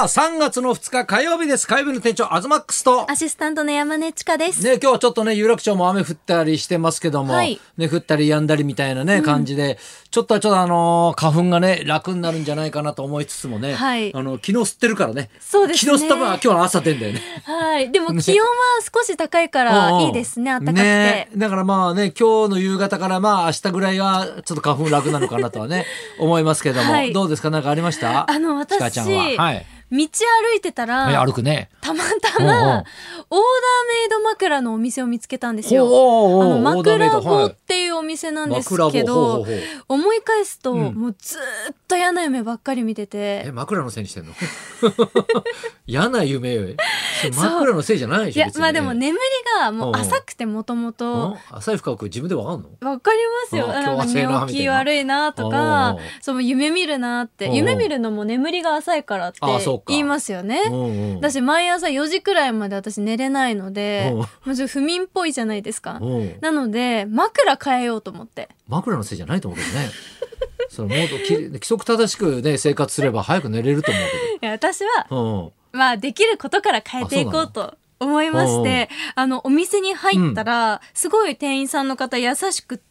さあ3月の2日火曜日です。火曜日の店長アズマックスとアシスタントの山根千佳ですね、今日はちょっとね有楽町も雨降ったりしてますけども、 はいね、降ったり止んだりみたいなね、感じでちょっと花粉がね楽になるんじゃないかなと思いつつもね、 はい昨日吸ってるからね。 そうですね。 昨日吸った分は今日の朝出んだよね。 はい、でも気温は少し高いからいいですね、暖かくて、 ね、だからまあね今日の夕方からまあ明日ぐらいはちょっと花粉楽なのかなとはね思いますけども、 はいどうですか、なんかありました？ちかちゃんは、はい、 道歩いてたら、 歩くね、 たまたまオーダーメイド枕のお店を見つけたんですよ。枕棒っていうお店なんですけど、思い返すと、もうずっと嫌な夢ばっかり見てて。 枕のせいにしてんの？嫌な夢よ。枕のせいじゃないでしょ。 いや、まあでも眠りがもう浅くて、もともと浅い深く自分でわかんの？ わかりますよ。寝起き悪いなとか、その夢見るなって、夢見るのも眠りが浅いからって言いますよね。私毎朝4時くらいまで私寝れないので、もうちょっと不眠っぽいじゃないですか。なので枕変えようと思って。 枕のせいじゃないと思うけどね。そのもっと規則正しくね生活すれば早く寝れると思うけど。 いや私は、まあできることから変えていこうと思いまして、お店に入ったら、すごい店員さんの方優しくって、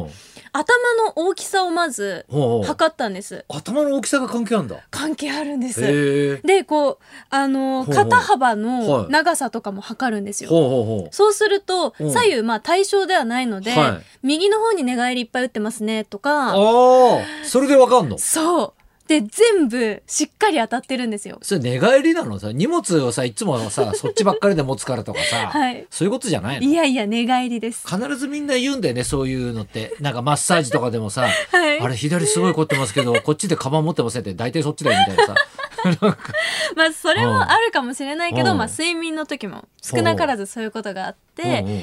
頭の大きさをまず測ったんです。 頭の大きさが関係あるんだ。 関係あるんです。でこう肩幅の長さとかも測るんですよ。そうすると左右対称ではないので、右の方に寝返りいっぱい打ってますねとか、 それでわかんの？そうで全部しっかり当たってるんですよ。 それ寝返りなの？荷物をさいつもさそっちばっかりで持つからとかさ、そういうことじゃないの？ いやいや寝返りです。 必ずみんな言うんだよね、そういうのって。なんかマッサージとかでもさ、あれ左すごい凝ってますけどこっちでカバン持ってませんって、大体そっちだよみたいなさ。 まあそれもあるかもしれないけど、睡眠の時も少なからずそういうことがあって、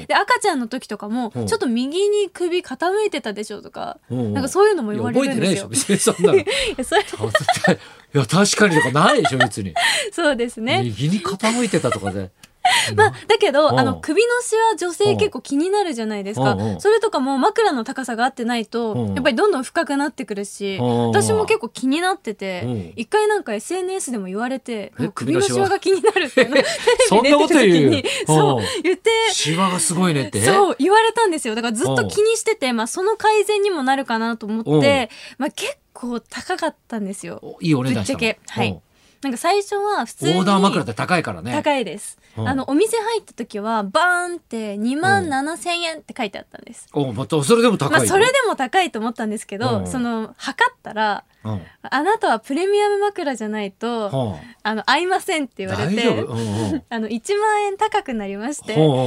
で赤ちゃんの時とかもちょっと右に首傾いてたでしょとか、なんかそういうのも言われるんですよ。 覚えてないでしょ別にそんなの。いや確かにとかないでしょ別に。 そうですね。 右に傾いてたとかで。 だけど首のシワ女性結構気になるじゃないですか。それとかも枕の高さが合ってないとやっぱりどんどん深くなってくるし、私も結構気になってて、一回なんか SNS でも言われて、首のシワが気になるっていうのテレビ出てる時にそう言って、 シワがすごいねってそう言われたんですよ。だからずっと気にしてて、その改善にもなるかなと思って、結構高かったんですよ。 いいお値段したの？ ぶっちゃけ、はい。なんか最初は普通にオーダー枕って高いからね。 高いです。お店入った時はバーンって27,000円って書いてあったんです。 またそれでも高い。 それでも高いと思ったんですけど、測ったら、あなたはプレミアム枕じゃないと合いませんって言われて、1万円高くなりまして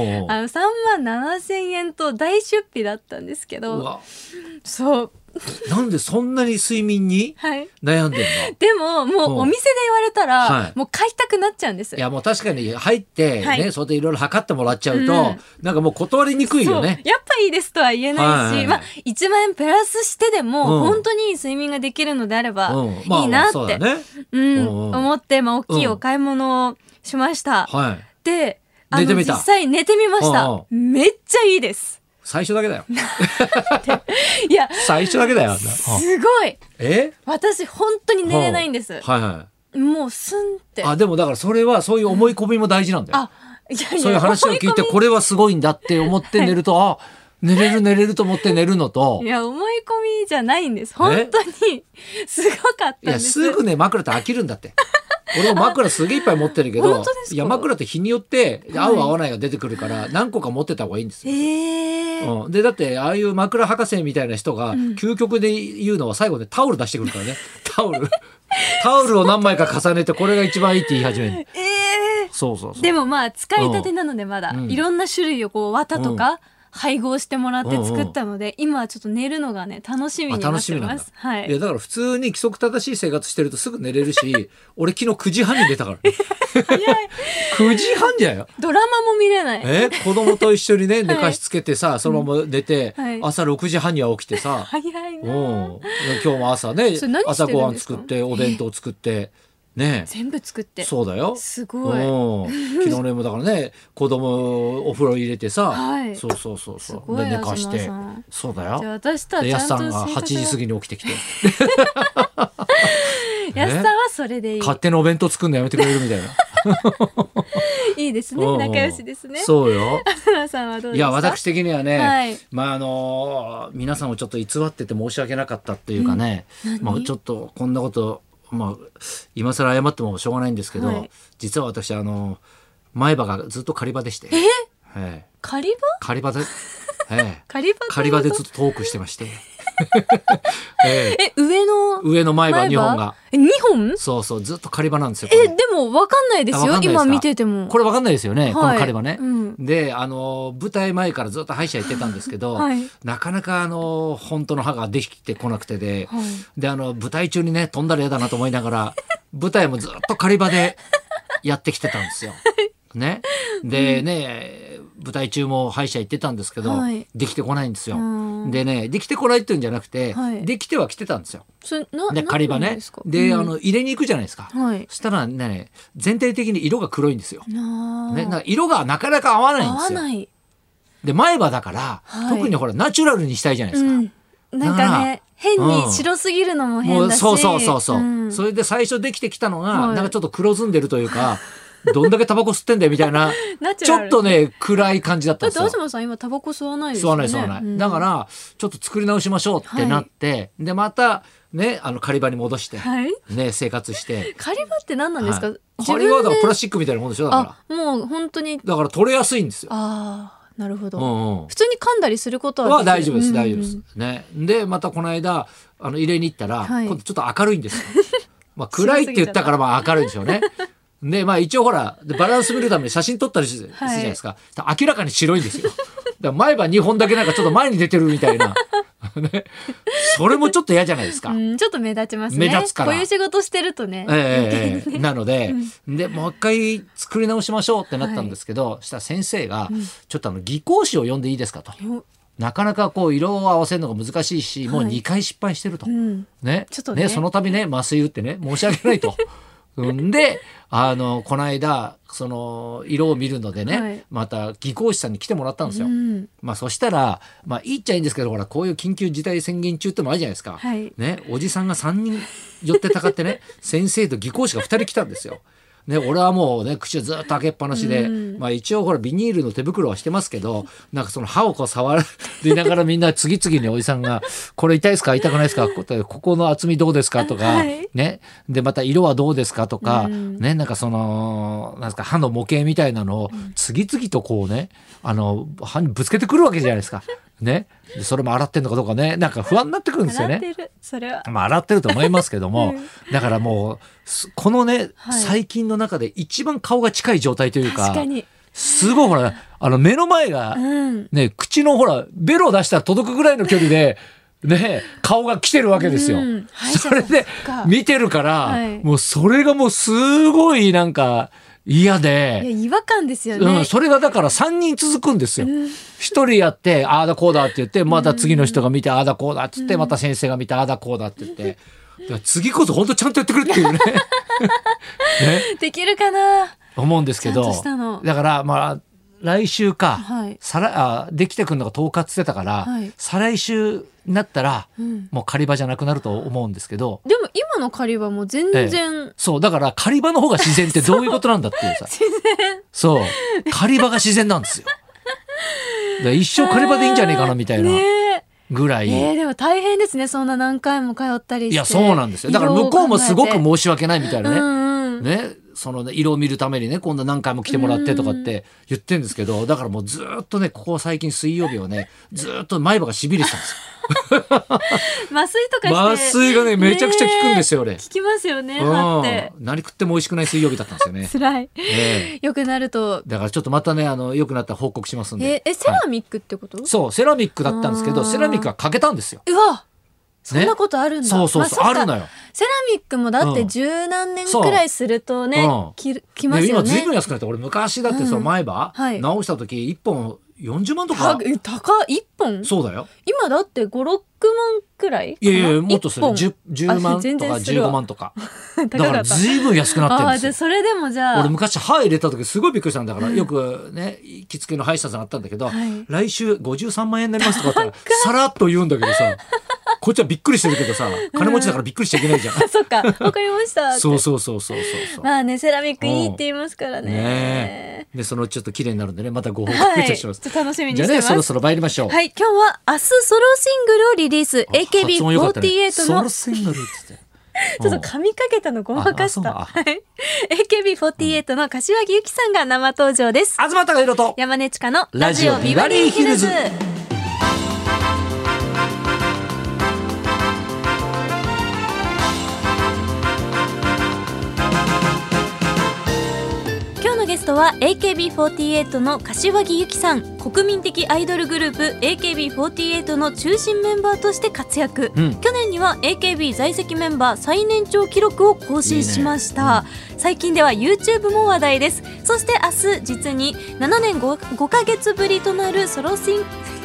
、37,000円と大出費だったんですけど、そうなんでそんなに睡眠に悩んでんの？ でももうお店で言われたらもう買いたくなっちゃうんです。 いやもう確かに入ってね、それでいろいろ測ってもらっちゃうと、なんかもう断りにくいよね。 やっぱいいですとは言えないし、1万円プラスしてでも本当にいい睡眠ができるのであればいいなって思って、大きいお買い物をしました。で実際寝てみました。めっちゃいいです。 最初だけだよ。 いや最初だけだよ。 すごい。私本当に寝れないんです。もうスンって。 でもだからそれはそういう思い込みも大事なんだよ。そういう話を聞いてこれはすごいんだって思って寝ると、寝れると思って寝るのと、 いや思い込みじゃないんです。本当にすごかったんです。 いやすぐね枕って飽きるんだって。俺も枕すげえいっぱい持ってるけど、いや枕って日によって合う合わないが出てくるから何個か持ってた方がいいんですよ。でだってああいう枕博士みたいな人が究極で言うのは最後でタオル出してくるからね。タオルを何枚か重ねてこれが一番いいって言い始める。そうでも使いたてなのでまだいろんな種類を綿とか配合してもらって作ったので、今はちょっと寝るのがね楽しみになってます。 いやだから普通に規則正しい生活してるとすぐ寝れるし、俺昨日9時半に出たから、ね。 早い。 9時半じゃよ。 ドラマも見れない。 子供と一緒にね寝かしつけてさ、そのまま寝て、朝6時半には起きてさ。 早いな。 今日も朝ね朝ごはん作ってお弁当作って。 全部作って。 そうだよ。 すごい。 昨日もだからね子供お風呂入れてさ、そうで寝かして、そうだよ。 じゃあ私とはやすさんが8時過ぎに起きてきて。 やすさんはそそれでいい。 勝手にお弁当作るのやめてくれるみたいな。 いいですね、仲良しですね。 そうよ。 東さんはどうですか？ いや私的にはね、 はい、 まあ皆さんをちょっと偽ってて申し訳なかったっていうかね、まあちょっとこんなことまあ今更謝ってもしょうがないんですけど、はい、実は私前歯がずっと狩り場でして。 狩り場？ 狩り場で、 狩り場でずっとトークしてまして。上の前歯2本が 2本？ そうそうずっと狩り場なんですよ。 でも分かんないですよ今見てても。 これ分かんないですよね、この狩り場ね。で舞台前からずっと歯医者行ってたんですけど、なかなか本当の歯ができてこなくてで、舞台中にね飛んだら嫌だなと思いながら舞台もずっと狩り場でやってきてたんですよ。ね、でね、舞台中も歯医者行ってたんですけど、できてこないんですよ。でね、できてこないっていうんじゃなくて、できてはきてたんですよ。で狩り場ね、で入れに行くじゃないですか。そしたらね全体的に色が黒いんですよ。ね、なんか色がなかなか合わないんですよ。で前歯だから、特にほらナチュラルにしたいじゃないですか。 なんかね変に白すぎるのも変だし、 そう、それで最初できてきたのが、なんかちょっと黒ずんでるというか。どんだけタバコ吸ってんだよみたいなちょっとね暗い感じだったんですよ。 東さん今タバコ吸わないですよね。 吸わない、だからちょっと作り直しましょうってなって、でまたね狩り場に戻して、ね生活して。 狩り場って何なんですか？ 狩り場はだからプラスチックみたいなもんでしょ。だからもう本当にだから取れやすいんですよ。 なるほど、普通に噛んだりすることは大丈夫です、大丈夫ですね。でまたこの間入れに行ったら、今度ちょっと明るいんですよ。暗いって言ったから明るいんでしょうね。で一応ほらバランス見るために写真撮ったりするじゃないですか。明らかに白いんですよ。だから前歯2本だけなんかちょっと前に出てるみたいな、ね、それもちょっと嫌じゃないですか。 ちょっと目立ちますね。 目立つからこういう仕事してるとね。 なので、でもう一回作り直しましょうってなったんですけど、したら先生が、ちょっと技工士を呼んでいいですかと。なかなかこう色を合わせるのが難しいし、もう2回失敗してると、ね、その度ね麻酔打ってね申し訳ないと。でこの間その色を見るのでね、また技工士さんに来てもらったんですよ。そしたらいいっちゃいいんですけど、ほらこういう緊急事態宣言中ってもあるじゃないですか、ね、おじさんが3人寄ってたかってね先生と技工士が2人来たんですよ。ね、俺はもうね口をずっと開けっぱなしで、一応ほらビニールの手袋はしてますけど、なんかその歯をこう触りながらみんな次々におじさんが「これ痛いですか痛くないですかここの厚みどうですか?」とか、ね、でまた色はどうですかとか、ね、なんかそのなんですか歯の模型みたいなのを次々とこうね歯にぶつけてくるわけじゃないですか。ね、でそれも洗ってんのかどうかねなんか不安になってくるんですよね。 それは洗ってると思いますけども、だからもうこのね、最近の中で一番顔が近い状態というか、すごいほら目の前が、ね、口のほらベロを出したら届くぐらいの距離で、ね、顔が来てるわけですよ。それで見てるから、もうそれがもうすごいなんか嫌で、 違和感ですよね、 それがだから3人続くんですよ。1人やってああだこうだって言って、また次の人が見てああだこうだって言って、また先生が見てああだこうだって言って、次こそ本当ちゃんとやってくれっていうねできるかな思うんですけど、だから来週か、できてくるのが10日って言ってたから、再来週になったら、もう狩り場じゃなくなると思うんですけど、 でも今の狩り場も全然、 そうだから狩り場の方が自然ってどういうことなんだっていうさそう狩り場が自然なんですよ。だから一生狩り場でいいんじゃねえかなみたいなぐらい、 でも大変ですね、そんな何回も通ったりして。 いやそうなんですよ。だから向こうもすごく申し訳ないみたいなね、その色を見るためにね今度何回も来てもらってとかって言ってるんですけど、だからもうずっとねここ最近水曜日はねずっと前歯がしびれてたんですよ。 麻酔とかして麻酔がねめちゃくちゃ効くんですよ。俺効きますよね。歯って何食っても美味しくない水曜日だったんですよね。 辛い、よくなるとだからちょっとまたね良くなったら報告しますんで。 セラミックってこと？ そうセラミックだったんですけど、セラミックは欠けたんですよ。 うわそんなことあるんだ。 そうあるのよ。 セラミックもだって十何年くらいするとね、きますよね。 今ずいぶん安くなって、俺昔だってその前歯直した時1本40万とか。 高い1本？そうだよ。今だって5、6万くらい？ いやもっとする。10万とか15万とか。だからずいぶん安くなってるんですよ。 それでもじゃあ。 俺昔歯入れた時すごいびっくりしたんだから、よくね行きつけの歯医者さんあったんだけど、来週53万円になりますとかってさらっと言うんだけどさ、 こっちはびっくりしてるけどさ、金持ちだからびっくりしちゃいけないじゃん。 そっか、わかりましたそうそうそう。 まあね、セラミックいいって言いますからね。 でそのちょっと綺麗になるんでね、またご報告いたします。 ちょっと楽しみにしてます。 じゃあね、そろそろ参りましょう。 はい、今日は明日ソロシングルをリリース、AKB48 ソロシングルってちょっと噛みかけたのごまかした。AKB48 の柏木由紀さんが生登場です。 東貴博と山根千佳のラジオビバリーヒルズ。今日のゲストは AKB48 の柏木由紀さん。国民的アイドルグループ AKB48 の中心メンバーとして活躍、去年には AKB 在籍メンバー最年長記録を更新しました。最近では YouTube も話題です。そして明日実に7年 5ヶ月ぶりとなるソロシン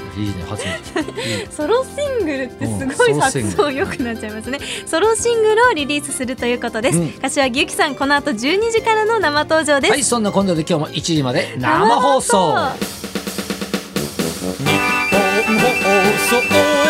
ソロシングルってすごい発音良くなっちゃいますね。ソロシングルをリリースするということです。柏木由紀さん、この後12時からの生登場です。 はい、そんな今度で今日も1時まで生放送。日本放送